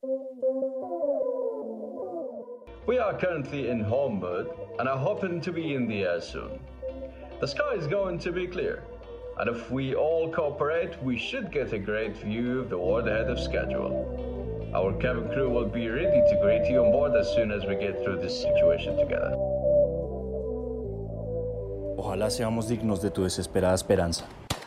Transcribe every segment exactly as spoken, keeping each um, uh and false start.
We are currently in home mode and are hoping to be in the air soon. The sky is going to be clear, and if we all cooperate, we should get a great view of the world ahead of schedule. Our cabin crew will be ready to greet you on board as soon as we get through this situation together. Ojalá seamos dignos de tu desesperada esperanza.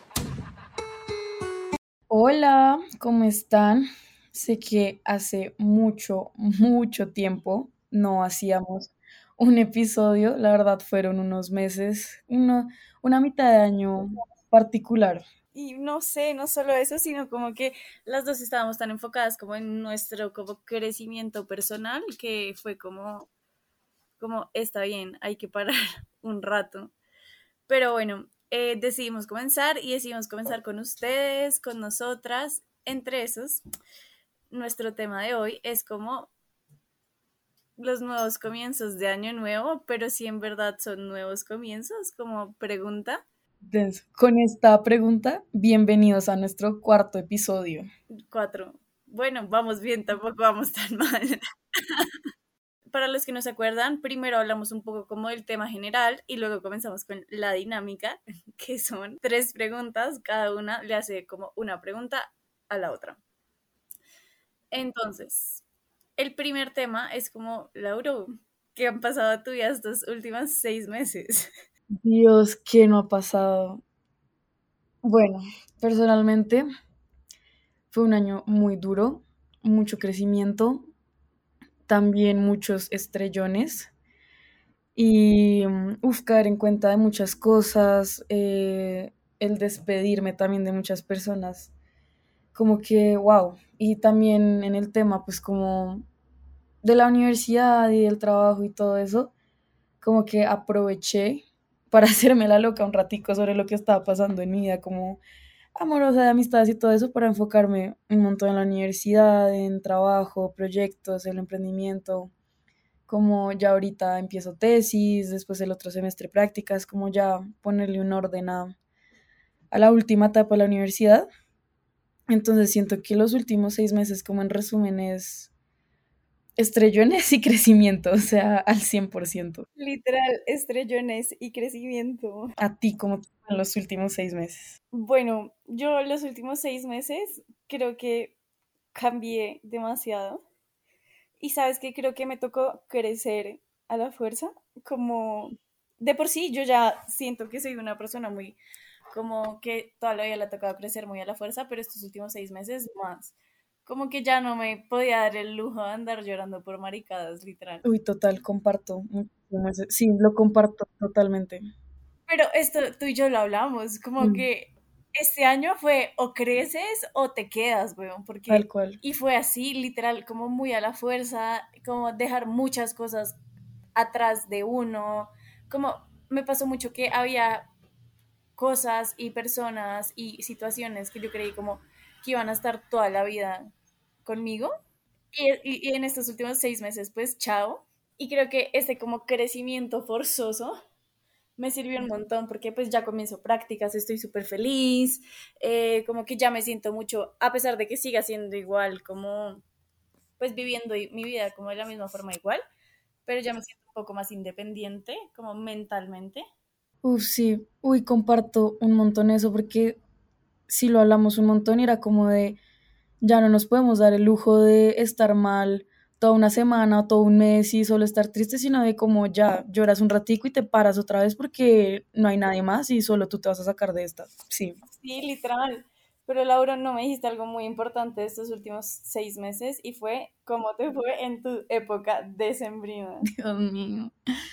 Hola, ¿cómo están? Sé que hace mucho, mucho tiempo no hacíamos un episodio. La verdad fueron unos meses, uno- una mitad de año particular. Y no sé, no solo eso, sino como que las dos estábamos tan enfocadas como en nuestro como crecimiento personal que fue como, como está bien, hay que parar un rato. Pero bueno, eh, decidimos comenzar y decidimos comenzar con ustedes, con nosotras. Entre esos, nuestro tema de hoy es como los nuevos comienzos de año nuevo, pero si en verdad son nuevos comienzos, como pregunta. Entonces, con esta pregunta, bienvenidos a nuestro cuarto episodio. Cuatro. Bueno, vamos bien, tampoco vamos tan mal. Para los que no se acuerdan, primero hablamos un poco como del tema general y luego comenzamos con la dinámica, que son tres preguntas, cada una le hace como una pregunta a la otra. Entonces, el primer tema es como, Lauro, ¿qué han pasado a tu vida estos últimos seis meses? Dios, ¿qué no ha pasado? Bueno, personalmente fue un año muy duro, mucho crecimiento, también muchos estrellones y uf, caer en cuenta de muchas cosas, eh, el despedirme también de muchas personas, como que wow, y también en el tema pues como de la universidad y del trabajo y todo eso, como que aproveché para hacerme la loca un ratico sobre lo que estaba pasando en mi vida, como amorosa, de amistades y todo eso, para enfocarme un montón en la universidad, en trabajo, proyectos, el emprendimiento, como ya ahorita empiezo tesis, después el otro semestre prácticas, como ya ponerle un orden a, a la última etapa de la universidad. Entonces siento que los últimos seis meses, como en resumen, es estrellones y crecimiento, o sea, al cien por ciento. Literal, estrellones y crecimiento. ¿A ti cómo te fue en los últimos seis meses? Bueno, yo los últimos seis meses creo que cambié demasiado. Y sabes que creo que me tocó crecer a la fuerza. Como de por sí, yo ya siento que soy una persona muy, como que toda la vida le ha tocado crecer muy a la fuerza, pero estos últimos seis meses más. Como que ya no me podía dar el lujo de andar llorando por maricadas, literal. Uy, total, comparto. muchísimo ese- Sí, lo comparto totalmente. Pero esto tú y yo lo hablamos, como Mm, que este año fue o creces o te quedas, weón, Tal porque, cual. y fue así, literal, como muy a la fuerza, como dejar muchas cosas atrás de uno, como me pasó mucho que había cosas y personas y situaciones que yo creí como que iban a estar toda la vida conmigo, y, y- y en estos últimos seis meses, pues, chao, y creo que este como crecimiento forzoso me sirvió un montón porque pues ya comienzo prácticas, estoy súper feliz, eh, como que ya me siento mucho, a pesar de que siga siendo igual, como pues viviendo i- mi vida como de la misma forma igual, pero ya me siento un poco más independiente, como mentalmente. Uf, sí. Uy, comparto un montón eso porque sí lo hablamos un montón y era como de ya no nos podemos dar el lujo de estar mal toda una semana o todo un mes y solo estar triste, sino de como ya lloras un ratico y te paras otra vez porque no hay nadie más y solo tú te vas a sacar de esta. Sí. Sí, literal. Pero Laura, no me dijiste algo muy importante estos últimos seis meses y fue cómo te fue en tu época decembrina. Dios mío.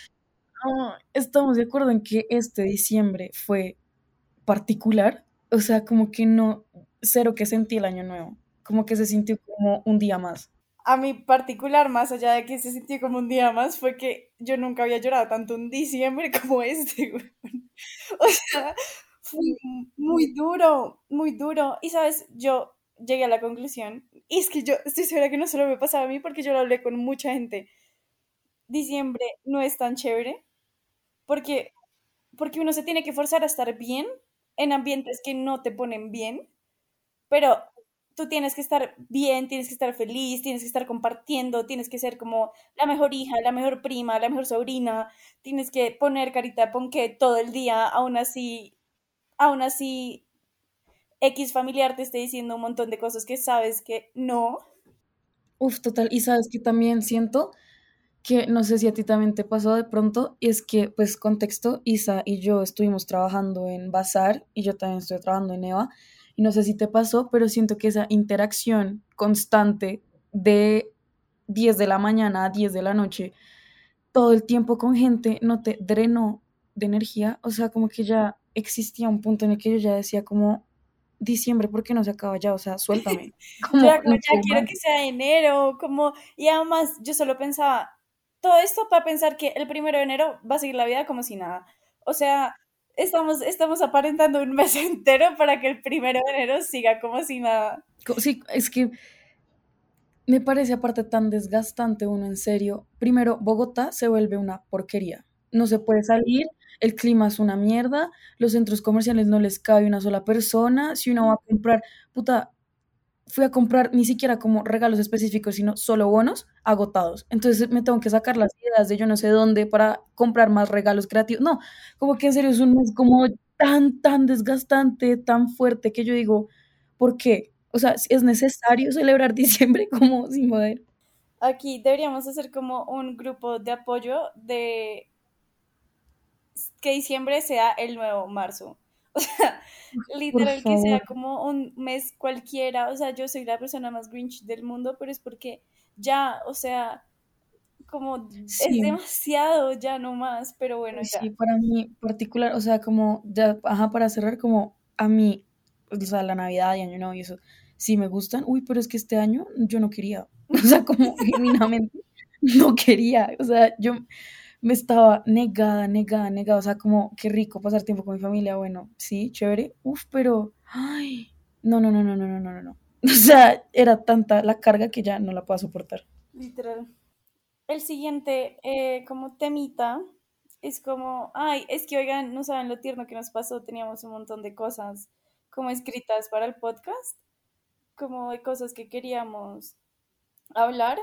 Ah, estamos de acuerdo en que este diciembre fue particular, o sea, como que no, cero que sentí el año nuevo, como que se sintió como un día más. A mi particular, más allá de que se sintió como un día más, fue que yo nunca había llorado tanto en diciembre como este, güey. O sea, fue muy duro, muy duro. Y sabes, yo llegué a la conclusión, y es que yo estoy segura que no solo me pasaba a mí, porque yo lo hablé con mucha gente. Diciembre no es tan chévere, porque, porque uno se tiene que forzar a estar bien en ambientes que no te ponen bien, pero tú tienes que estar bien, tienes que estar feliz, tienes que estar compartiendo, tienes que ser como la mejor hija, la mejor prima, la mejor sobrina, tienes que poner carita de ponqué todo el día, aún así, aún así X familiar te esté diciendo un montón de cosas que sabes que no. Uf, total. Y sabes que también siento que no sé si a ti también te pasó de pronto, y es que, pues, contexto, Isa y yo estuvimos trabajando en Bazar y yo también estoy trabajando en Eva, y no sé si te pasó, pero siento que esa interacción constante de diez de la mañana a diez de la noche, todo el tiempo con gente, no te drenó de energía, o sea, como que ya existía un punto en el que yo ya decía como, diciembre, ¿por qué no se acaba ya? O sea, suéltame, Yo como era como, no ya puedo quiero más. que sea enero, como, y además yo solo pensaba, todo esto para pensar que el primero de enero va a seguir la vida como si nada. O sea, estamos, estamos aparentando un mes entero para que el primero de enero siga como si nada. Co- Sí, es que me parece aparte tan desgastante uno en serio. Primero, Bogotá se vuelve una porquería. No se puede salir, el clima es una mierda, los centros comerciales no les cabe una sola persona. Si uno va a comprar, puta, fui a comprar ni siquiera como regalos específicos, sino solo bonos agotados. Entonces me tengo que sacar las ideas de yo no sé dónde para comprar más regalos creativos. No, como que en serio es un mes como tan, tan desgastante, tan fuerte que yo digo, ¿por qué? O sea, ¿es necesario celebrar diciembre como sin joder? Aquí deberíamos hacer como un grupo de apoyo de que diciembre sea el nuevo marzo. O sea, Por literal que sea favor. como un mes cualquiera. O sea, yo soy la persona más Grinch del mundo, pero es porque ya, o sea, como es Sí, demasiado, ya no más, pero bueno, uy, ya. sí, para mí particular, o sea, como ya, ajá, para cerrar, como a mí, o sea, la Navidad y Año Nuevo y eso, sí me gustan, uy, pero es que este año yo no quería, o sea, como genuinamente no quería, o sea, yo me estaba negada, negada, negada, o sea, como qué rico pasar tiempo con mi familia, bueno, sí, chévere, uf, pero, ay, no, no, no, no, no, no, no, no, no. O sea, era tanta la carga que ya no la puedo soportar. Literal. El siguiente, eh, como temita, es como, ay, es que oigan, no saben lo tierno que nos pasó, teníamos un montón de cosas como escritas para el podcast, como de cosas que queríamos hablar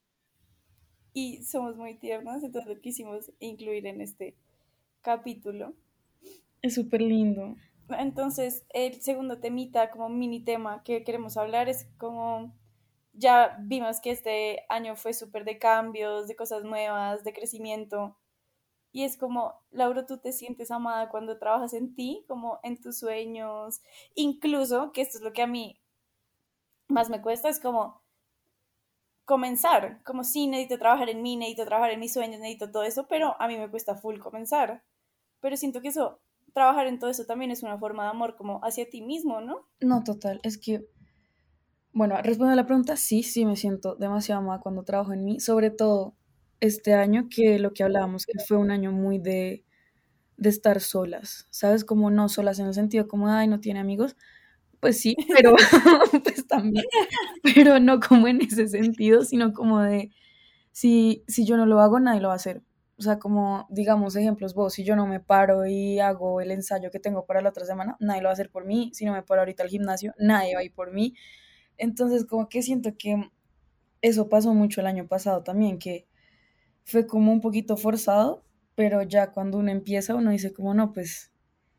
y somos muy tiernos, entonces lo quisimos incluir en este capítulo. Es súper lindo. Entonces, el segundo temita, como mini tema que queremos hablar es como, ya vimos que este año fue súper de cambios, de cosas nuevas, de crecimiento. Y es como, Laura, tú te sientes amada cuando trabajas en ti, como en tus sueños. Incluso, que esto es lo que a mí más me cuesta, es como comenzar. Como sí, necesito trabajar en mí, necesito trabajar en mis sueños, necesito todo eso, pero a mí me cuesta full comenzar. Pero siento que eso, trabajar en todo eso también es una forma de amor como hacia ti mismo, ¿no? No, total, es que bueno, respondiendo a la pregunta, sí, sí me siento demasiado amada cuando trabajo en mí, sobre todo este año, que lo que hablábamos, que fue un año muy de, de estar solas, ¿sabes? Como no solas en el sentido como, ay, no tiene amigos, pues sí, pero pues también, pero no como en ese sentido, sino como de, si, si yo no lo hago, nadie lo va a hacer. O sea, como, digamos, ejemplos vos, si yo no me paro y hago el ensayo que tengo para la otra semana, nadie lo va a hacer por mí. Si no me paro ahorita al gimnasio, nadie va a ir por mí. Entonces, como que siento que eso pasó mucho el año pasado también, que fue como un poquito forzado, pero ya cuando uno empieza, uno dice como no, pues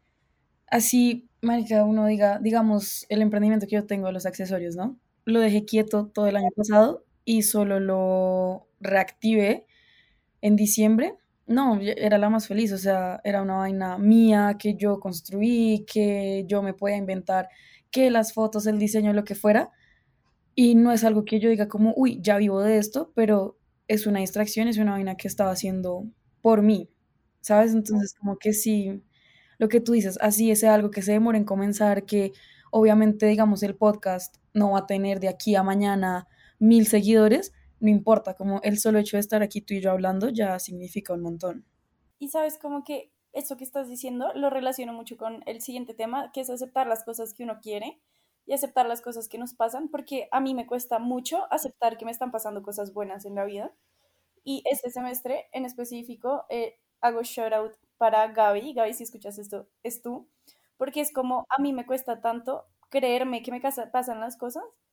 así, marica, uno diga, digamos, el emprendimiento que yo tengo de los accesorios, ¿no? Lo dejé quieto todo el año pasado y solo lo reactivé en diciembre. No, ya era la más feliz, o sea, era una vaina mía que yo construí, que yo me podía inventar, que las fotos, el diseño, lo que fuera. Y no es algo que yo diga como, uy, ya vivo de esto, pero es una distracción, es una vaina que estaba haciendo por mí, ¿sabes? Entonces, como que sí, lo que tú dices, así es algo que se demora en comenzar, que obviamente, digamos, el podcast no va a tener de aquí a mañana mil seguidores, no importa, como el solo hecho de estar aquí tú y yo hablando ya significa un montón. Y sabes como que eso que estás diciendo lo relaciono mucho con el siguiente tema, que es aceptar las cosas que uno quiere y aceptar las cosas que nos pasan, porque a mí me cuesta mucho aceptar que me están pasando cosas buenas en la vida. Y este semestre en específico eh, hago shout out para Gaby. Gaby, si escuchas esto, es tú. Porque es como a mí me cuesta tanto creerme que me casa- pasan las cosas.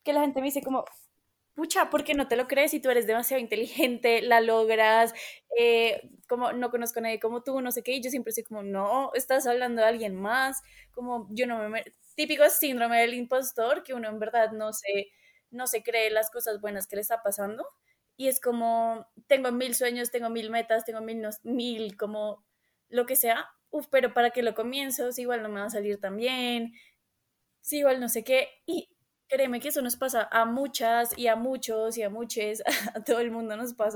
que la gente me dice como, pucha, ¿por qué no te lo crees si tú eres demasiado inteligente, la logras, eh, como no conozco a nadie como tú, no sé qué, y yo siempre soy como, no, estás hablando de alguien más, como yo no me... mere-". Típico síndrome del impostor, que uno en verdad no se, no se cree las cosas buenas que le está pasando, y es como, tengo mil sueños, tengo mil metas, tengo mil, nos- mil como lo que sea, uf, pero ¿para qué lo comienzo? Si igual no me va a salir tan bien, sí, igual no sé qué. Y créeme que eso nos pasa a muchas y a muchos y a muchos, a todo el mundo nos pasa.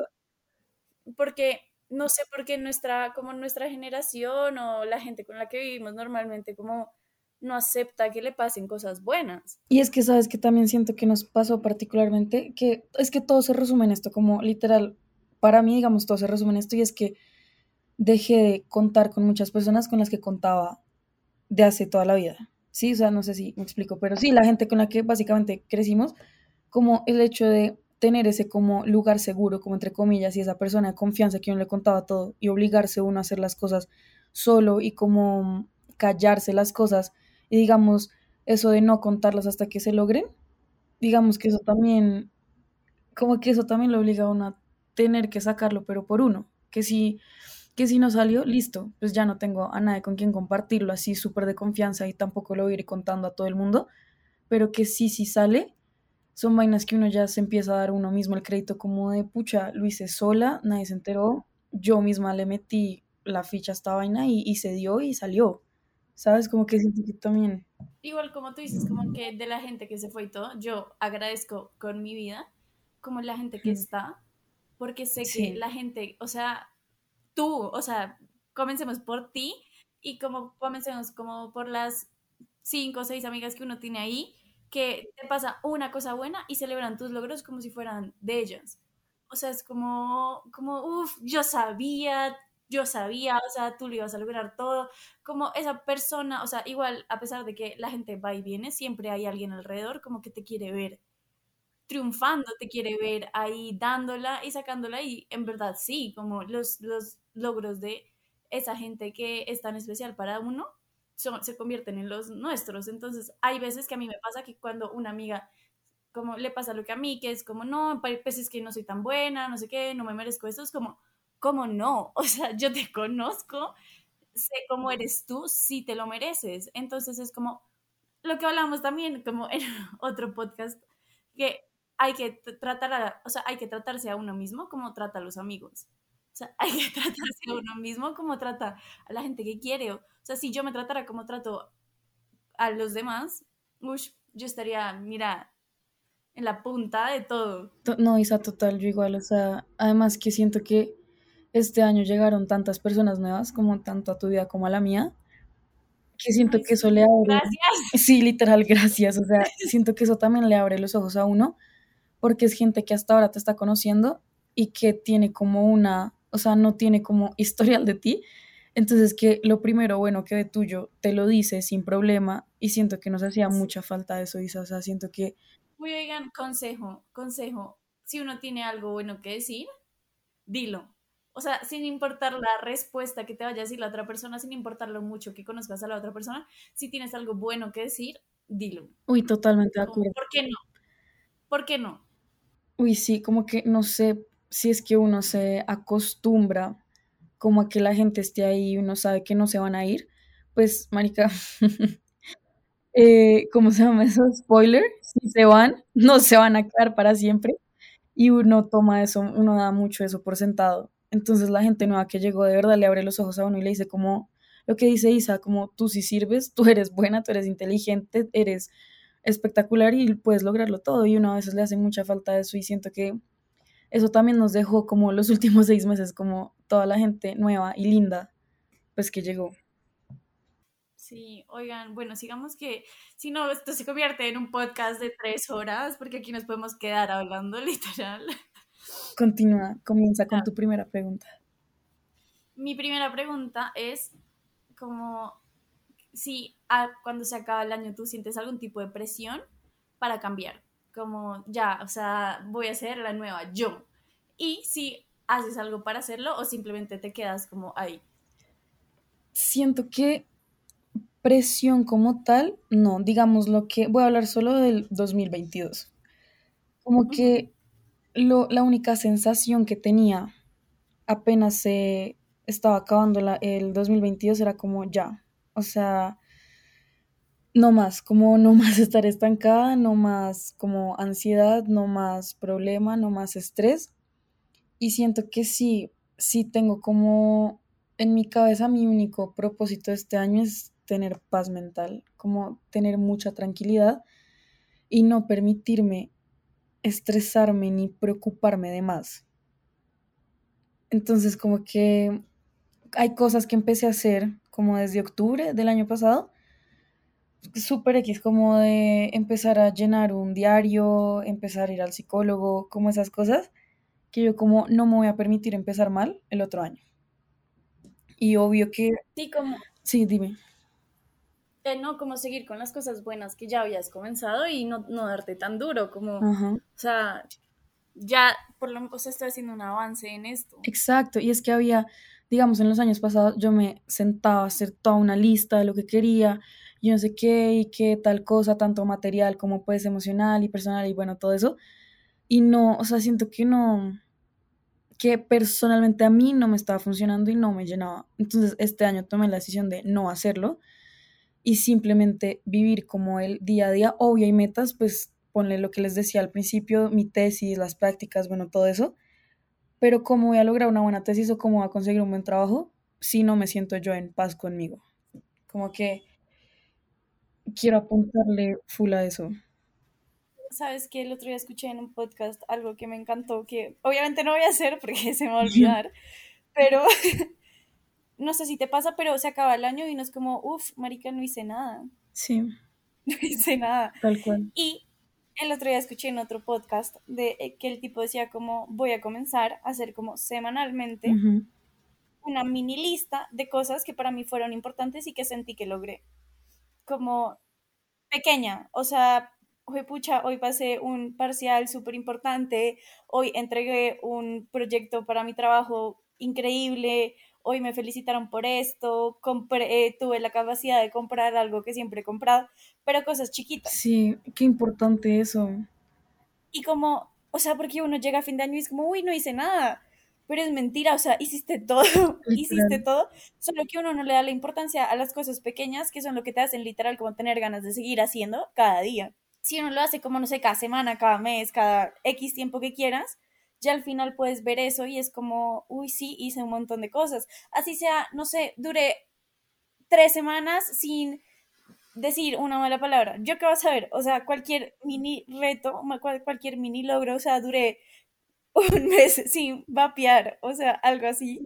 Porque no sé por qué nuestra, como nuestra generación o la gente con la que vivimos normalmente como no acepta que le pasen cosas buenas. Y es que sabes que también siento que nos pasó particularmente, que es que todo se resume en esto, como literal, para mí, digamos, todo se resume en esto y es que dejé de contar con muchas personas con las que contaba de hace toda la vida. Sí, o sea, no sé si me explico, pero sí, la gente con la que básicamente crecimos, como el hecho de tener ese como lugar seguro, como entre comillas, y esa persona de confianza que uno le contaba todo y obligarse uno a hacer las cosas solo y como callarse las cosas y digamos eso de no contarlas hasta que se logren, digamos que eso también, como que eso también lo obliga a uno a tener que sacarlo, pero por uno, que si, que si no salió, listo, pues ya no tengo a nadie con quien compartirlo así súper de confianza y tampoco lo voy a ir contando a todo el mundo, pero que sí, sí sale, son vainas que uno ya se empieza a dar uno mismo el crédito como de, pucha, lo hice sola, nadie se enteró, yo misma le metí la ficha a esta vaina y, y se dio y salió, ¿sabes? Como que siento que también, Igual como tú dices, como que de la gente que se fue y todo, yo agradezco con mi vida como la gente que mm, está, porque sé que sí, la gente, o sea, tú, o sea, comencemos por ti y como comencemos como por las cinco o seis amigas que uno tiene ahí, que te pasa una cosa buena y celebran tus logros como si fueran de ellas. O sea, es como, como, uff, yo sabía, yo sabía, o sea, tú lo ibas a lograr todo, como esa persona, o sea, igual, a pesar de que la gente va y viene, siempre hay alguien alrededor como que te quiere ver triunfando, te quiere ver ahí dándola y sacándola y en verdad sí, como los, los logros de esa gente que es tan especial para uno son, se convierten en los nuestros. Entonces hay veces que a mí me pasa que cuando una amiga como le pasa lo que a mí, que es como, no, pues es que no soy tan buena, no sé qué, no me merezco esto, es como, ¿cómo no? O sea, yo te conozco, sé cómo eres tú, sí te lo mereces. Entonces es como, lo que hablamos también, como en otro podcast, que hay que tratar a, o sea, hay que tratarse a uno mismo como trata a los amigos. O sea, hay que tratarse a uno mismo como trata a la gente que quiere. O sea, si yo me tratara como trato a los demás, ush, yo estaría, mira, en la punta de todo. To- no, Isa, total, yo igual, o sea, además que siento que este año llegaron tantas personas nuevas, como tanto a tu vida como a la mía, que siento Ay, que eso le sí, abre, gracias. sí, literal, gracias, o sea, siento que eso también le abre los ojos a uno, porque es gente que hasta ahora te está conociendo y que tiene como una, o sea, no tiene como historial de ti, entonces que lo primero bueno que de tuyo te lo dice sin problema y siento que nos hacía Sí. mucha falta eso, Isa, o sea, siento que Uy, oigan, consejo, consejo. Si uno tiene algo bueno que decir, dilo. O sea, sin importar la respuesta que te vaya a decir la otra persona, sin importar lo mucho que conozcas a la otra persona, si tienes algo bueno que decir, dilo. uy, totalmente de Como, acuerdo. ¿por qué no? ¿Por qué no? Uy, sí, como que no sé si es que uno se acostumbra como a que la gente esté ahí y uno sabe que no se van a ir, pues, marica, eh, ¿cómo se llama eso? Spoiler, si se van, no se van a quedar para siempre y uno toma eso, uno da mucho eso por sentado. Entonces la gente nueva que llegó de verdad le abre los ojos a uno y le dice como lo que dice Isa, como tú sí sirves, tú eres buena, tú eres inteligente, eres espectacular y puedes lograrlo todo y uno a veces le hace mucha falta eso y siento que eso también nos dejó como los últimos seis meses, como toda la gente nueva y linda, pues que llegó. Sí, oigan, bueno, sigamos que si no, esto se convierte en un podcast de tres horas, porque aquí nos podemos quedar hablando literal. Continúa, comienza con tu primera pregunta. Mi primera pregunta es como si a- cuando se acaba el año tú sientes algún tipo de presión para cambiar, como ya, o sea, voy a ser la nueva yo. Y si haces algo para hacerlo o simplemente te quedas como ahí. Siento que presión como tal, no, digamos lo que, voy a hablar solo del dos mil veintidós. Como Ujú. que lo, la única sensación que tenía apenas se estaba acabando la- el dos mil veintidós era como ya, o sea, no más, como no más estar estancada, no más como ansiedad, no más problema, no más estrés. Y siento que sí, sí tengo como en mi cabeza mi único propósito de este año es tener paz mental, como tener mucha tranquilidad y no permitirme estresarme ni preocuparme de más. Entonces, como que hay cosas que empecé a hacer como desde octubre del año pasado, súper X, como de empezar a llenar un diario, empezar a ir al psicólogo, como esas cosas, que yo como no me voy a permitir empezar mal el otro año. Y obvio que, Sí, como, sí, dime. eh, no, como seguir con las cosas buenas que ya habías comenzado y no, no darte tan duro, como, o Ajá, sea, ya, por lo menos, estoy haciendo un avance en esto. exacto. Y es que había, digamos, en los años pasados yo me sentaba a hacer toda una lista de lo que quería, y no sé qué, y qué tal cosa, tanto material como pues emocional y personal y bueno, todo eso. Y no, o sea, siento que no, que personalmente a mí no me estaba funcionando y no me llenaba. Entonces este año tomé la decisión de no hacerlo y simplemente vivir como el día a día. Obvio hay metas, pues ponle lo que les decía al principio, mi tesis, las prácticas, bueno, todo eso, pero cómo voy a lograr una buena tesis o cómo voy a conseguir un buen trabajo si no me siento yo en paz conmigo. Como que quiero apuntarle full a eso. Sabes que el otro día escuché en un podcast algo que me encantó, que obviamente no voy a hacer porque se me va a olvidar, pero no sé si te pasa, pero se acaba el año y no es como, uff, marica, no hice nada, Sí, no hice nada. tal cual. Y el otro día escuché en otro podcast de eh, que el tipo decía como, voy a comenzar a hacer como semanalmente Ujú. una mini lista de cosas que para mí fueron importantes y que sentí que logré. Como pequeña, o sea, hoy pucha, hoy pasé un parcial súper importante, hoy entregué un proyecto para mi trabajo increíble, hoy me felicitaron por esto, compré, eh, tuve la capacidad de comprar algo que siempre he comprado, pero cosas chiquitas. Sí, qué importante eso. Y como, o sea, porque uno llega a fin de año y es como, uy, no hice nada. Pero es mentira, o sea, hiciste todo, hiciste Literal. todo, solo que uno no le da la importancia a las cosas pequeñas que son lo que te hacen literal como tener ganas de seguir haciendo cada día. Si uno lo hace como, no sé, cada semana, cada mes, cada X tiempo que quieras, ya al final puedes ver eso y es como, uy, sí, hice un montón de cosas. Así sea, no sé, duré tres semanas sin decir una mala palabra. ¿Yo qué vas a ver? O sea, cualquier mini reto, cual- cualquier mini logro, o sea, duré un mes sin vapear, o sea, algo así.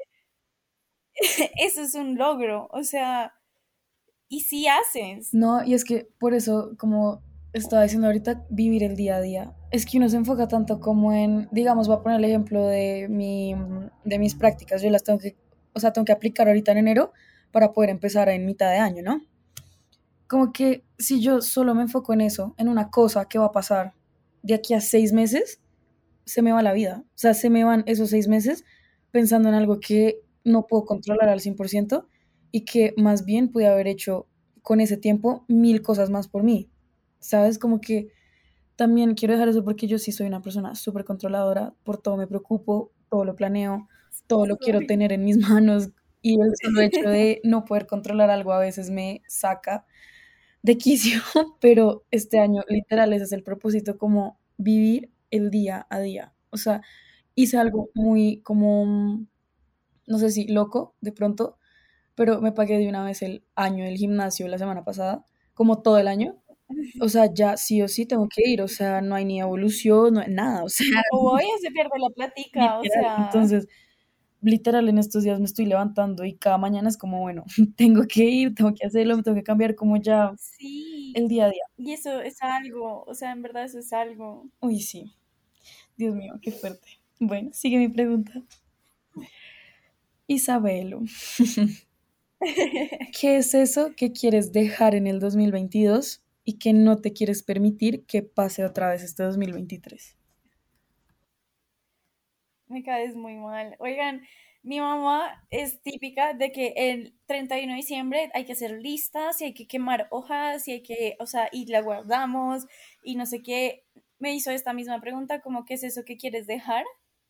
Eso es un logro, o sea, y si haces. No, y es que por eso, como estaba diciendo ahorita, vivir el día a día. Es que uno se enfoca tanto como en, digamos, voy a poner el ejemplo de mi, de mis prácticas. Yo las tengo que, o sea, tengo que aplicar ahorita en enero para poder empezar en mitad de año, ¿no? Como que si yo solo me enfoco en eso, en una cosa que va a pasar de aquí a seis meses, se me va la vida. O sea, se me van esos seis meses pensando en algo que no puedo controlar al cien por ciento y que más bien pude haber hecho con ese tiempo mil cosas más por mí. ¿Sabes? Como que también quiero dejar eso porque yo sí soy una persona súper controladora, por todo me preocupo, todo lo planeo, todo lo quiero Soy. tener en mis manos y el solo hecho de no poder controlar algo a veces me saca de quicio, pero este año literal ese es el propósito, como vivir el día a día. O sea, hice algo muy como, mm, no sé si loco de pronto, pero me pagué de una vez el año del gimnasio la semana pasada, como todo el año. O sea, ya sí o sí tengo que ir, o sea, no hay ni evolución, no hay nada, o sea, O voy o se pierde la plática, o literal. sea, Entonces, literal en estos días me estoy levantando y cada mañana es como, bueno, tengo que ir, tengo que hacerlo, me tengo que cambiar como ya sí. el día a día. Y eso es algo, o sea, en verdad eso es algo. Uy, sí. Dios mío, qué fuerte. Bueno, sigue mi pregunta. Isabelo, ¿qué es eso que quieres dejar en el dos mil veintidós y que no te quieres permitir que pase otra vez este dos mil veintitrés? Me caes muy mal. Oigan, mi mamá es típica de que el treinta y uno de diciembre hay que hacer listas y hay que quemar hojas y hay que, o sea, y la guardamos y no sé qué. me hizo esta misma pregunta, como, ¿qué es eso que quieres dejar?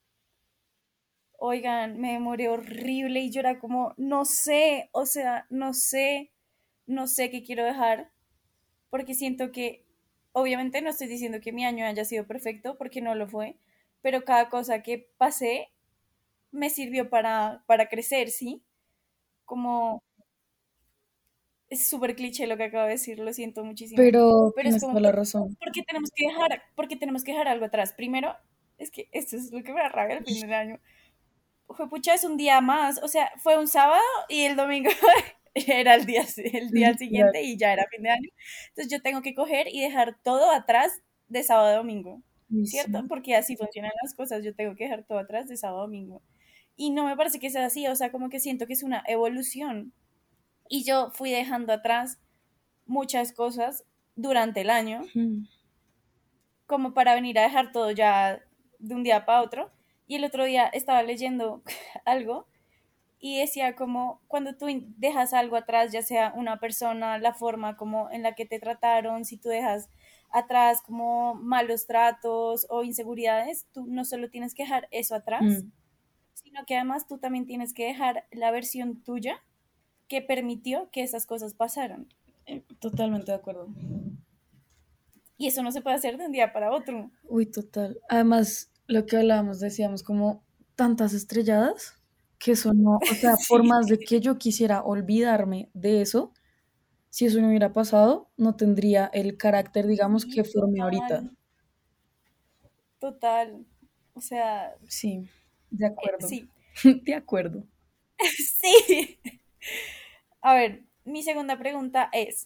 Oigan, me demoré horrible y yo era como, no sé, o sea, no sé, no sé qué quiero dejar, porque siento que, obviamente no estoy diciendo que mi año haya sido perfecto, porque no lo fue, pero cada cosa que pasé me sirvió para, para crecer, ¿sí? Como, es súper cliché lo que acabo de decir, lo siento muchísimo, Pero pero es tienes como, toda la razón. ¿por qué tenemos que dejar, por qué tenemos que dejar algo atrás? Primero, es que esto es lo que me da rabia al fin del año. Fue pucha, es un día más, o sea, fue un sábado y el domingo era el día, el día Literal. siguiente y ya era fin de año. Entonces yo tengo que coger y dejar todo atrás de sábado a domingo, Y ¿cierto? sí. Porque así funcionan las cosas, yo tengo que dejar todo atrás de sábado a domingo. Y no me parece que sea así, o sea, como que siento que es una evolución. Y yo fui dejando atrás muchas cosas durante el año, Mm. como para venir a dejar todo ya de un día para otro. Y el otro día estaba leyendo algo y decía como cuando tú dejas algo atrás, ya sea una persona, la forma como en la que te trataron, si tú dejas atrás como malos tratos o inseguridades, tú no solo tienes que dejar eso atrás, Mm. sino que además tú también tienes que dejar la versión tuya que permitió que esas cosas pasaran. Eh, Totalmente de acuerdo. Y eso no se puede hacer de un día para otro. Uy, total. Además, lo que hablábamos, decíamos como tantas estrelladas que eso no, o sea, por Sí, más de que yo quisiera olvidarme de eso, si eso no hubiera pasado, no tendría el carácter, digamos, que sí, formé ahorita. total, total. O sea, Sí, de eh, acuerdo. sí, De acuerdo. sí. A ver, mi segunda pregunta es,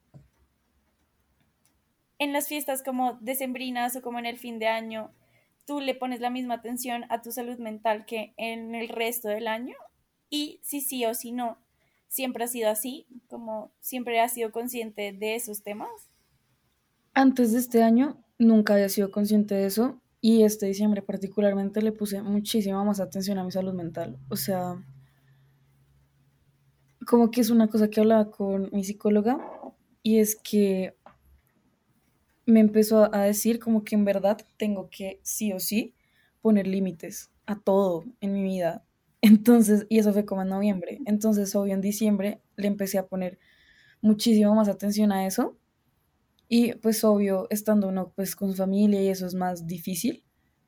en las fiestas como decembrinas o como en el fin de año, ¿tú le pones la misma atención a tu salud mental que en el resto del año? Y si sí o si no, ¿siempre ha sido así? ¿Como siempre has sido consciente de esos temas? Antes de este año nunca había sido consciente de eso y este diciembre particularmente le puse muchísima más atención a mi salud mental. O sea, como que es una cosa que hablaba con mi psicóloga y es que me empezó a decir como que en verdad tengo que sí o sí poner límites a todo en mi vida. Entonces, y eso fue como en noviembre. Entonces, obvio, en diciembre le empecé a poner muchísimo más atención a eso. Y pues obvio, estando uno pues con su familia y eso es más difícil,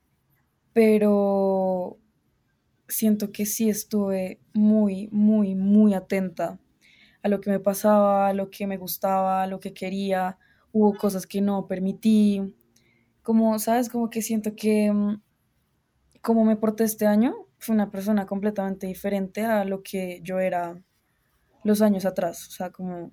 pero siento que sí estuve muy, muy, muy atenta a lo que me pasaba, a lo que me gustaba, a lo que quería. Hubo cosas que no permití. Como, ¿sabes? Como que siento que mm, como me porté este año, fue una persona completamente diferente a lo que yo era los años atrás. O sea, como,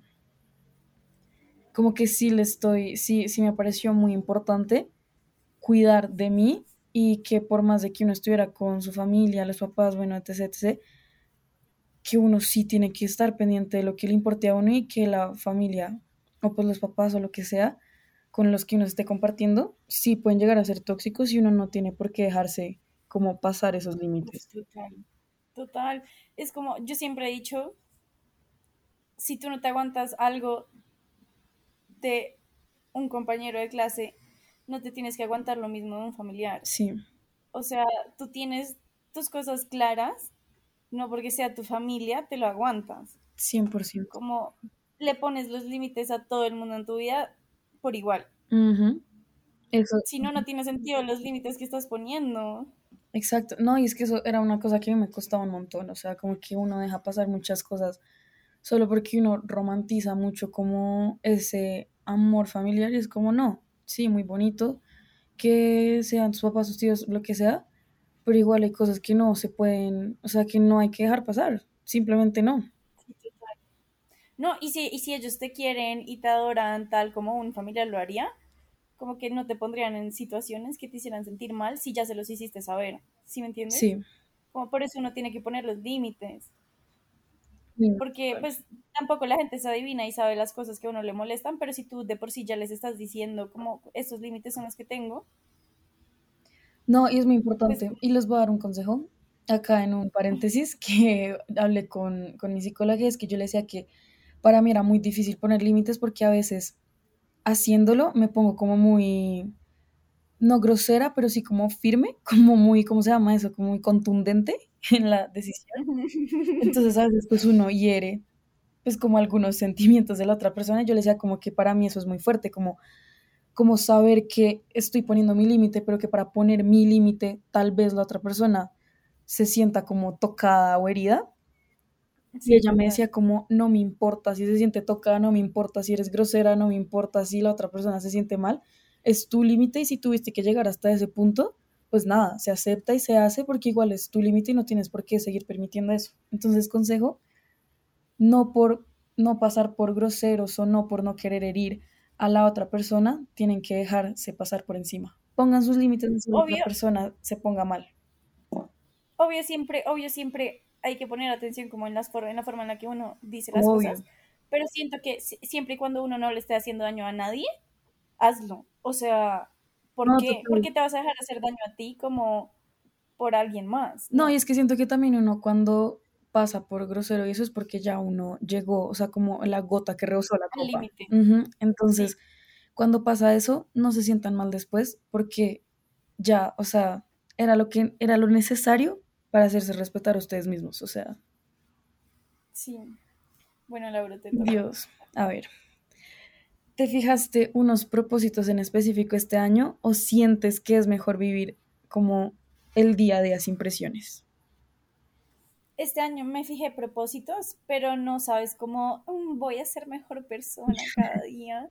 como que sí le estoy, sí, sí me pareció muy importante cuidar de mí y que por más de que uno estuviera con su familia, los papás, bueno, etc, etcétera, que uno sí tiene que estar pendiente de lo que le importe a uno y que la familia o pues los papás o lo que sea con los que uno esté compartiendo sí pueden llegar a ser tóxicos y uno no tiene por qué dejarse como pasar esos Uf, límites. total, total. Es como, yo siempre he dicho, si tú no te aguantas algo de un compañero de clase, no te tienes que aguantar lo mismo de un familiar. Sí, O sea, tú tienes tus cosas claras, no porque sea tu familia, te lo aguantas. cien por ciento. Como le pones los límites a todo el mundo en tu vida por igual. Ujú. Eso, Si no, no tiene sentido los límites que estás poniendo. exacto. No, y es que eso era una cosa que a mí me costaba un montón, o sea, como que uno deja pasar muchas cosas solo porque uno romantiza mucho como ese amor familiar y es como no, sí, muy bonito, que sean tus papás, tus tíos, lo que sea, pero igual hay cosas que no se pueden, o sea, que no hay que dejar pasar, simplemente no. No, y si, y si ellos te quieren y te adoran tal como un familiar lo haría, como que no te pondrían en situaciones que te hicieran sentir mal si ya se los hiciste saber. ¿Sí me entiendes? Sí, Como por eso uno tiene que poner los límites. sí, Porque pues tampoco la gente se adivina y sabe las cosas que a uno le molestan, pero si tú de por sí ya les estás diciendo como estos límites son los que tengo, no, y es muy pues importante. Y les voy a dar un consejo acá en un paréntesis que hablé con, con mi psicóloga, y es que yo le decía que para mí era muy difícil poner límites porque a veces haciéndolo me pongo como muy, no grosera, pero sí como firme, como muy, ¿cómo se llama eso? Como muy contundente en la decisión. Entonces a veces pues uno hiere pues como algunos sentimientos de la otra persona. Yo le decía como que para mí eso es muy fuerte, como, como saber que estoy poniendo mi límite, pero que para poner mi límite tal vez la otra persona se sienta como tocada o herida. Y Sí, ella me total. decía como, no me importa si se siente tocada, no me importa si eres grosera, no me importa si la otra persona se siente mal, es tu límite y si tuviste que llegar hasta ese punto, pues nada, se acepta y se hace porque igual es tu límite y no tienes por qué seguir permitiendo eso. Entonces, consejo, no por no pasar por groseros o no por no querer herir a la otra persona, tienen que dejarse pasar por encima. Pongan sus límites si la otra Obvio, persona se ponga mal. obvio siempre, obvio siempre hay que poner atención como en, las for- en la forma en la que uno dice las Obvio. cosas, pero siento que si- siempre y cuando uno no le esté haciendo daño a nadie, hazlo. O sea, ¿por No, qué? ¿Por total. qué te vas a dejar hacer daño a ti como por alguien más? No, y No, es que siento que también uno cuando pasa por grosero y eso es porque ya uno llegó, o sea, como la gota que rebosó la al copa. límite. Ujú. Sí, Entonces, cuando pasa eso, no se sientan mal después porque ya, o sea, era lo que era lo necesario para hacerse respetar a ustedes mismos, o sea, sí. Bueno, Laura, te toca. Dios, a ver, ¿te fijaste unos propósitos en específico este año o sientes que es mejor vivir como el día a día sin presiones? Este año me fijé propósitos, pero no sabes cómo mm, voy a ser mejor persona cada día.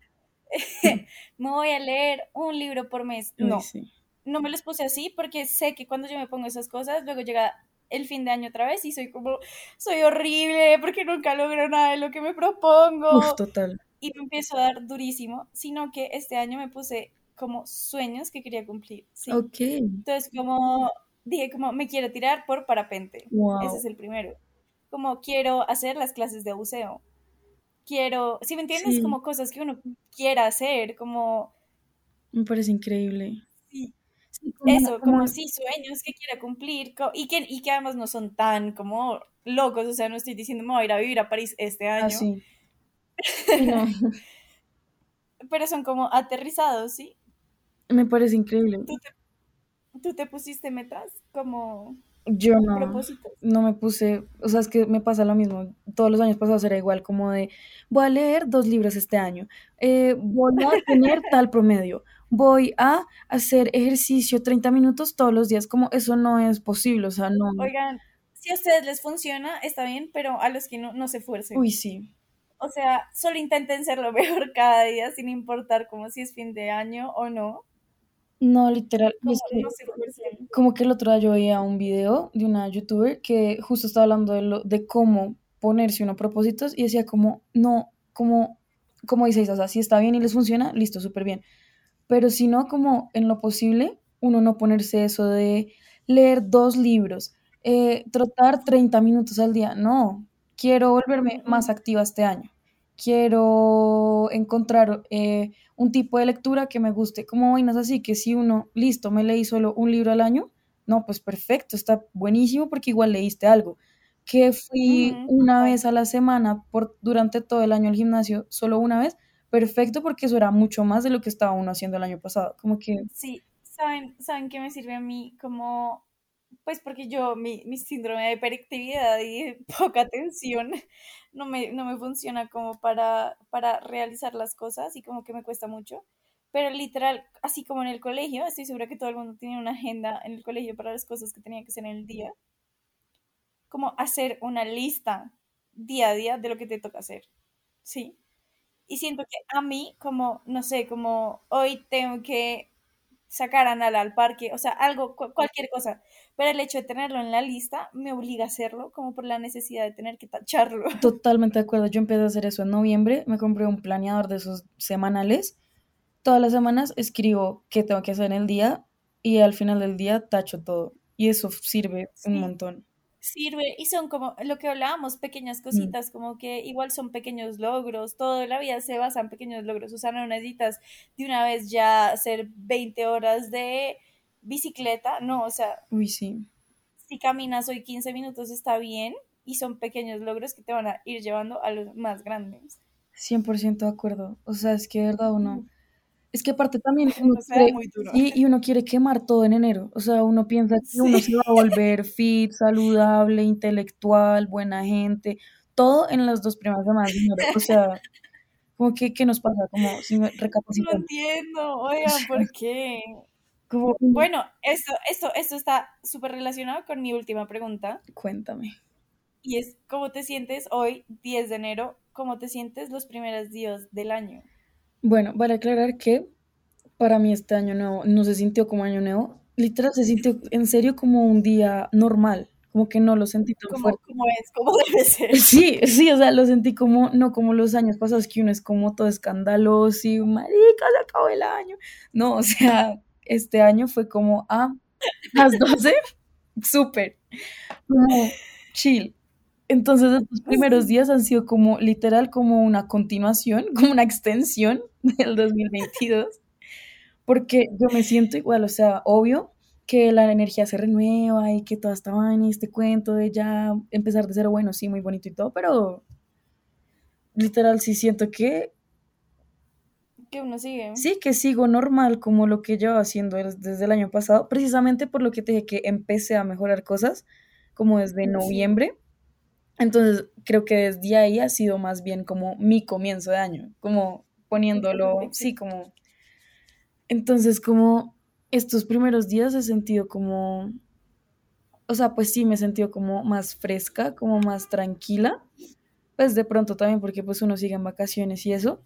Me voy a leer un libro por mes. Uy, No, sí. no me los puse así porque sé que cuando yo me pongo esas cosas, luego llega el fin de año otra vez y soy como, soy horrible porque nunca logro nada de lo que me Uf, propongo total. y me empiezo a dar durísimo, sino que este año me puse como sueños que quería cumplir, ¿sí? Ok, Entonces, como dije, como me quiero tirar por parapente, ese wow. es el primero. Como quiero hacer las clases de buceo, quiero, si me entiendes, Sí, como cosas que uno quiera hacer, como me parece increíble. sí, Sí, como, eso, como como sí, sueños que quiera cumplir co- y que, y que además no son tan como locos, o sea, no estoy diciendo me voy a ir a vivir a París este año, así. Sí, no, pero son como aterrizados, ¿sí? me parece increíble. ¿Tú te, tú te pusiste metas como Yo no, propósitos? no me puse, o sea, es que me pasa lo mismo. Todos los años pasados era igual, como de, voy a leer dos libros este año, eh, voy a tener tal promedio, voy a hacer ejercicio treinta minutos todos los días, como eso no es posible, o sea, no. Oigan, si a ustedes les funciona, está bien, pero a los que no, no se Uy, esfuercen. sí. O sea, solo intenten ser lo mejor cada día, sin importar como si es fin de año o no. No, literal. Y Como es no que se esfuercen. como que el otro día yo veía un video de una youtuber que justo estaba hablando de, lo, de cómo ponerse unos propósitos y decía como, no, como, como dice Isa, o sea, si está bien y les funciona, listo, súper bien. Pero si no, como en lo posible, uno no ponerse eso de leer dos libros, eh, trotar treinta minutos al día. No, quiero volverme más activa este año. Quiero encontrar eh, un tipo de lectura que me guste, como vainas así, que si uno, listo, me leí solo un libro al año, no, pues perfecto, está buenísimo porque igual leíste algo. Que fui Ujú, una total. vez a la semana por, durante todo el año al gimnasio, solo una vez, perfecto porque eso era mucho más de lo que estaba uno haciendo el año pasado. Como que Sí, ¿saben, saben qué me sirve a mí? Como, pues porque yo, mi, mi síndrome de hiperactividad y poca atención no me, no me funciona como para, para realizar las cosas y como que me cuesta mucho. Pero literal, así como en el colegio, estoy segura que todo el mundo tiene una agenda en el colegio para las cosas que tenía que hacer en el día. Como hacer una lista día a día de lo que te toca hacer. Sí. Y siento que a mí, como, no sé, como hoy tengo que sacar a Nala al parque, o sea, algo, cu- cualquier cosa, pero el hecho de tenerlo en la lista me obliga a hacerlo, como por la necesidad de tener que tacharlo. totalmente de acuerdo. Yo empecé a hacer eso en noviembre, me compré un planeador de esos semanales. Todas las semanas escribo qué tengo que hacer en el día y al final del día tacho todo. Y eso sirve un Sí, montón. sirve y son como lo que hablábamos, pequeñas Mm. cositas, como que igual son pequeños logros, toda la vida se basa en pequeños logros, o sea, no necesitas de una vez ya hacer veinte horas de bicicleta, no, o sea, Uy, sí, si caminas hoy quince minutos está bien y son pequeños logros que te van a ir llevando a los más grandes. cien por ciento de acuerdo. O sea, es que de verdad uno, Ujú. Es que aparte también uno O sea, quiere, muy duro. sí, y uno quiere quemar todo en enero. O sea, uno piensa que uno se Sí. va a volver fit, saludable, intelectual, buena gente, todo en las dos primeras semanas de enero. O sea, como que, ¿qué nos pasa? Como si me No recapacitamos. entiendo, O oigan, sea, ¿por qué? como, mm, Bueno, esto, esto, esto está súper relacionado con mi última pregunta. cuéntame. Y es, ¿cómo te sientes hoy, diez de enero? ¿Cómo te sientes los primeros días del año? Bueno, vale aclarar que para mí este año nuevo no se sintió como año nuevo. Literal, se sintió en serio como un día normal. Como que no lo sentí tan ¿Cómo, fuerte. cómo es? ¿Cómo debe ser? Sí, sí, o sea, lo sentí como, no como los años pasados, que uno es como todo escandaloso y marica, se acabó el año. No, o sea, este año fue como a las doce, súper, como chill. Entonces, estos primeros Sí. días han sido como literal como una continuación, como una extensión del dos mil veintidós, porque yo me siento igual, o sea, obvio que la energía se renueva y que toda esta vaina y este cuento de ya empezar de cero, bueno, sí, muy bonito y todo, pero literal sí siento que Que uno sigue. sí, que sigo normal como lo que llevo haciendo des- desde el año pasado, precisamente por lo que te dije que empecé a mejorar cosas como desde Sí, noviembre. Entonces, creo que desde ahí ha sido más bien como mi comienzo de año, como poniéndolo, sí, excelente. como... Entonces, como estos primeros días he sentido como, o sea, pues sí, me he sentido como más fresca, como más tranquila, pues de pronto también porque pues uno sigue en vacaciones y eso,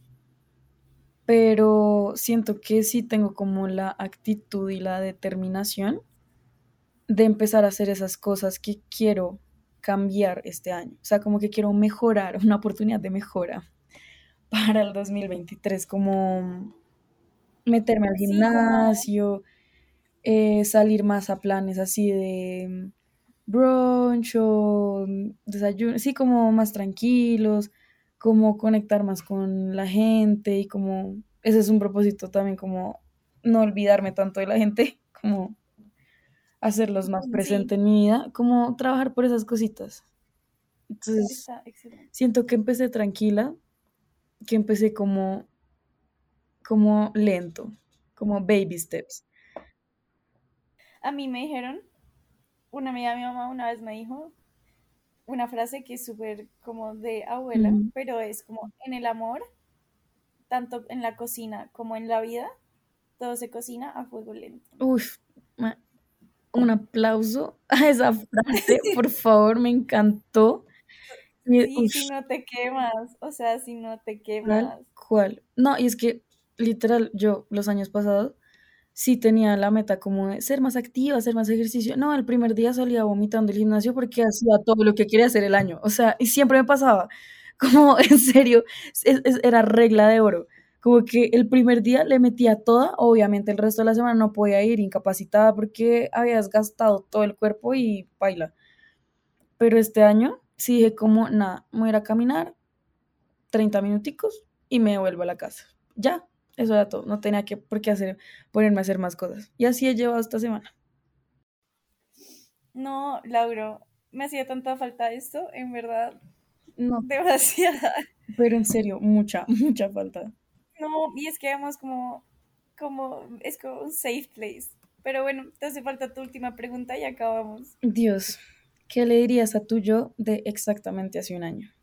pero siento que sí tengo como la actitud y la determinación de empezar a hacer esas cosas que quiero cambiar este año. O sea, como que quiero mejorar, una oportunidad de mejora para el dos mil veintitrés, como meterme al Sí, como, gimnasio, eh, salir más a planes así de brunch o desayuno, sí, como más tranquilos, como conectar más con la gente y como, ese es un propósito también, como no olvidarme tanto de la gente, como hacerlos más sí, presente en mi vida, como trabajar por esas cositas. Entonces, está excelente. siento que empecé tranquila, que empecé como, como lento, como baby steps. A mí me dijeron, una amiga de mi mamá una vez me dijo una frase que es súper como de abuela, Ujú. pero es como en el amor, tanto en la cocina como en la vida, todo se cocina a fuego lento. Uf, ma- un aplauso a esa frase, por favor, me encantó. Y, Sí, uf, si no te quemas, o sea, si no te tal quemas. cual. No, y es que literal, yo los años pasados sí tenía la meta como de ser más activa, hacer más ejercicio. No, el primer día salía vomitando el gimnasio porque hacía todo lo que quería hacer el año. O sea, y siempre me pasaba. Como en serio, es- es- era regla de oro. Como que el primer día le metía toda, obviamente el resto de la semana no podía ir incapacitada porque había desgastado todo el cuerpo y baila. Pero este año sí dije como, nada, me voy a ir a caminar treinta minuticos y me vuelvo a la casa. Ya, eso era todo. No tenía que por qué hacer, ponerme a hacer más cosas. Y así he llevado esta semana. No, Lauro, me hacía tanta falta esto, en verdad, No, demasiada. pero en serio, mucha, mucha falta. No, y es que además como, como, es como un safe place. Pero bueno, te hace falta tu última pregunta y acabamos. Dios, ¿qué le dirías a tu yo de exactamente hace un año?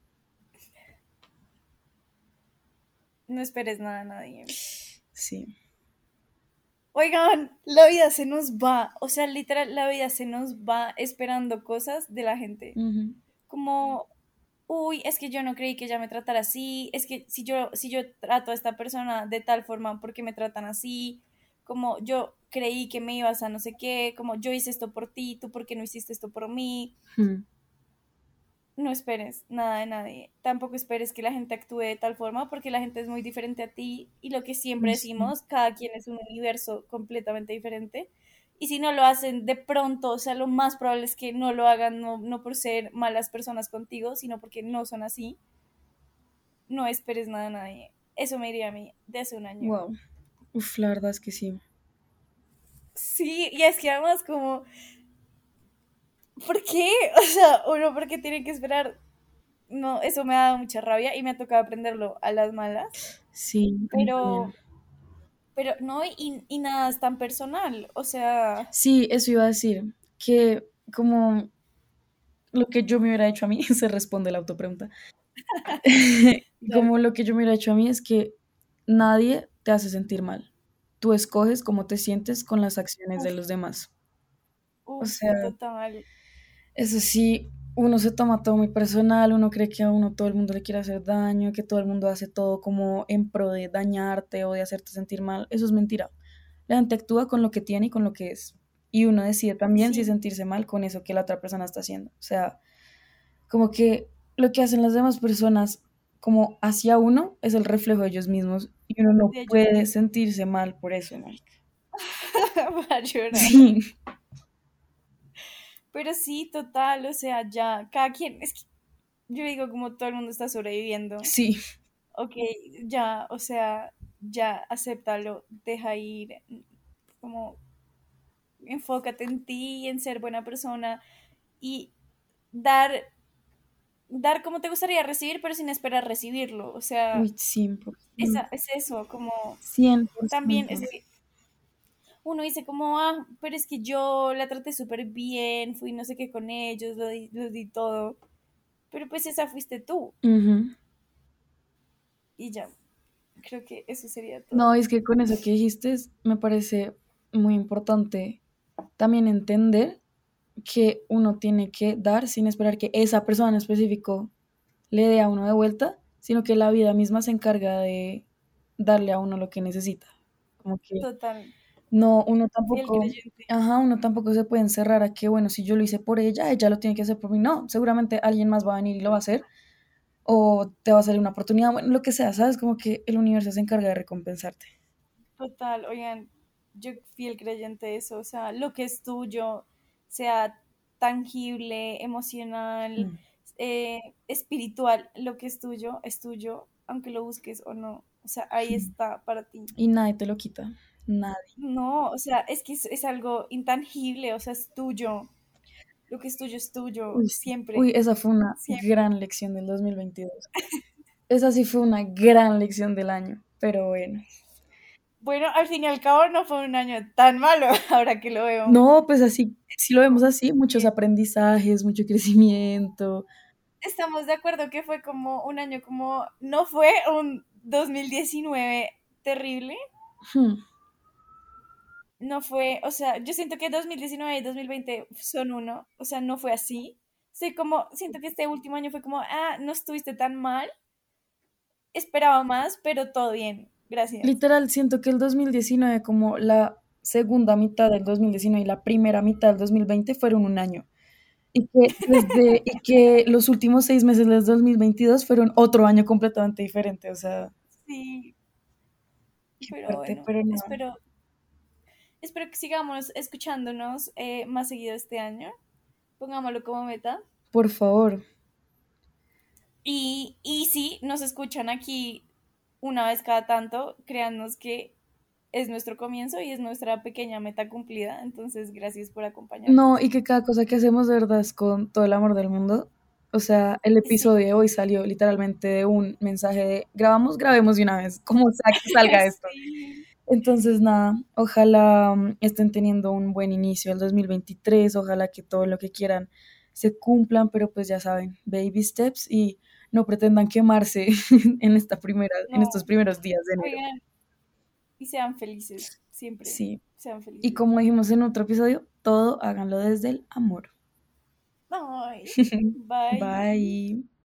No esperes nada a nadie. Sí. Oigan, la vida se nos va, o sea, literal, la vida se nos va esperando cosas de la gente. Ujú. Como, uy, es que yo no creí que ella me tratara así, es que si yo, si yo trato a esta persona de tal forma, ¿por qué me tratan así? Como yo creí que me ibas a no sé qué, como yo hice esto por ti, tú por qué no hiciste esto por mí. Mm. No esperes nada de nadie. Tampoco esperes que la gente actúe de tal forma porque la gente es muy diferente a ti y lo que siempre Uy, sí. decimos, cada quien es un universo completamente diferente. Y si no lo hacen de pronto, o sea, lo más probable es que no lo hagan no, no por ser malas personas contigo, sino porque no son así. No esperes nada de nadie. Eso me diría a mí de hace un año. Wow. Uf, la verdad es que sí. Sí, y es que además como, ¿por qué? O sea, uno, ¿por qué tiene que esperar? No, eso me ha dado mucha rabia y me ha tocado aprenderlo a las malas. Sí, a mí Pero también. Pero no, y, y nada es tan personal, o sea, Sí, eso iba a decir, que como lo que yo me hubiera hecho a mí, se responde la autopregunta, dale. como lo que yo me hubiera hecho a mí es que nadie te hace sentir mal. Tú escoges cómo te sientes con las acciones de Uf, los demás. O uf, sea, total. eso sí, uno se toma todo muy personal, uno cree que a uno todo el mundo le quiere hacer daño, que todo el mundo hace todo como en pro de dañarte o de hacerte sentir mal. Eso es mentira. La gente actúa con lo que tiene y con lo que es. Y uno decide también si Sí, sentirse mal con eso que la otra persona está haciendo. O sea, como que lo que hacen las demás personas como hacia uno es el reflejo de ellos mismos y uno no de ellos puede mismos. sentirse mal por eso, marica. Va a llorar. Sí, Pero sí, total, o sea, ya, cada quien, es que yo digo como todo el mundo está sobreviviendo. sí, Ok, ya, o sea, ya, acéptalo, deja ir, como enfócate en ti, en ser buena persona y dar, dar como te gustaría recibir, pero sin esperar recibirlo. O sea, uy, cien por esa, ciento, es eso, como cien por también ciento. es que uno dice como, ah, pero es que yo la traté súper bien, fui no sé qué con ellos, lo di, lo di todo, pero pues esa fuiste tú Ujú. y ya, creo que eso sería No, todo. es que con eso que dijiste es- me parece muy importante también entender que uno tiene que dar sin esperar que esa persona en específico le dé a uno de vuelta, sino que la vida misma se encarga de darle a uno lo que necesita. Como que Total, no, uno fiel tampoco, creyente. ajá, uno tampoco se puede encerrar a que, bueno, si yo lo hice por ella, ella lo tiene que hacer por mí. No, seguramente alguien más va a venir y lo va a hacer, o te va a salir una oportunidad, bueno, lo que sea, ¿sabes? Como que el universo se encarga de recompensarte. Total, oigan, yo fiel creyente de eso, o sea, lo que es tuyo, sea tangible, emocional, Mm. eh, espiritual, lo que es tuyo es tuyo, aunque lo busques o no, o sea, ahí está para ti. Y nadie te lo quita, nadie. No, o sea, es que es, es algo intangible, o sea, es tuyo, lo que es tuyo es tuyo, Uy, sí. Uy, siempre, esa fue una siempre. gran lección del dos mil veintidós. Esa sí fue una gran lección del año, pero bueno. Bueno, al fin y al cabo no fue un año tan malo, ahora que lo veo. No, pues así, si lo vemos así, muchos Bien. aprendizajes, mucho crecimiento. Estamos de acuerdo que fue como un año como, no fue un dos mil diecinueve terrible, Hmm. no fue, o sea, yo siento que dos mil diecinueve y dos mil veinte son uno, o sea, no fue así. Sí, como, siento que este último año fue como, ah, no estuviste tan mal, esperaba más, pero todo bien, gracias. Literal, siento que el dos mil diecinueve, como la segunda mitad del dos mil diecinueve y la primera mitad del dos mil veinte fueron un año. Y que, desde, y que los últimos seis meses del dos mil veintidós fueron otro año completamente diferente. O sea, Sí, qué pero fuerte, bueno, pero no. espero, espero que sigamos escuchándonos eh, más seguido este año, pongámoslo como meta. Por favor. Y, y si nos escuchan aquí una vez cada tanto, créannos que es nuestro comienzo y es nuestra pequeña meta cumplida. Entonces, gracias por No, acompañarnos. y que cada cosa que hacemos de verdad es con todo el amor del mundo. O sea, el Sí, episodio de hoy salió literalmente de un mensaje de grabamos, grabemos de una vez, como sea que salga esto. sí. Entonces, nada, ojalá mm, estén teniendo un buen inicio el dos mil veintitrés, ojalá que todo lo que quieran se cumplan, pero pues ya saben, baby steps y no pretendan quemarse en esta primera, en estos No, primeros días de enero. oigan, y sean felices, siempre. Sí. Sean Y felices. como dijimos en otro episodio, todo háganlo desde el amor. Ay, bye. Bye.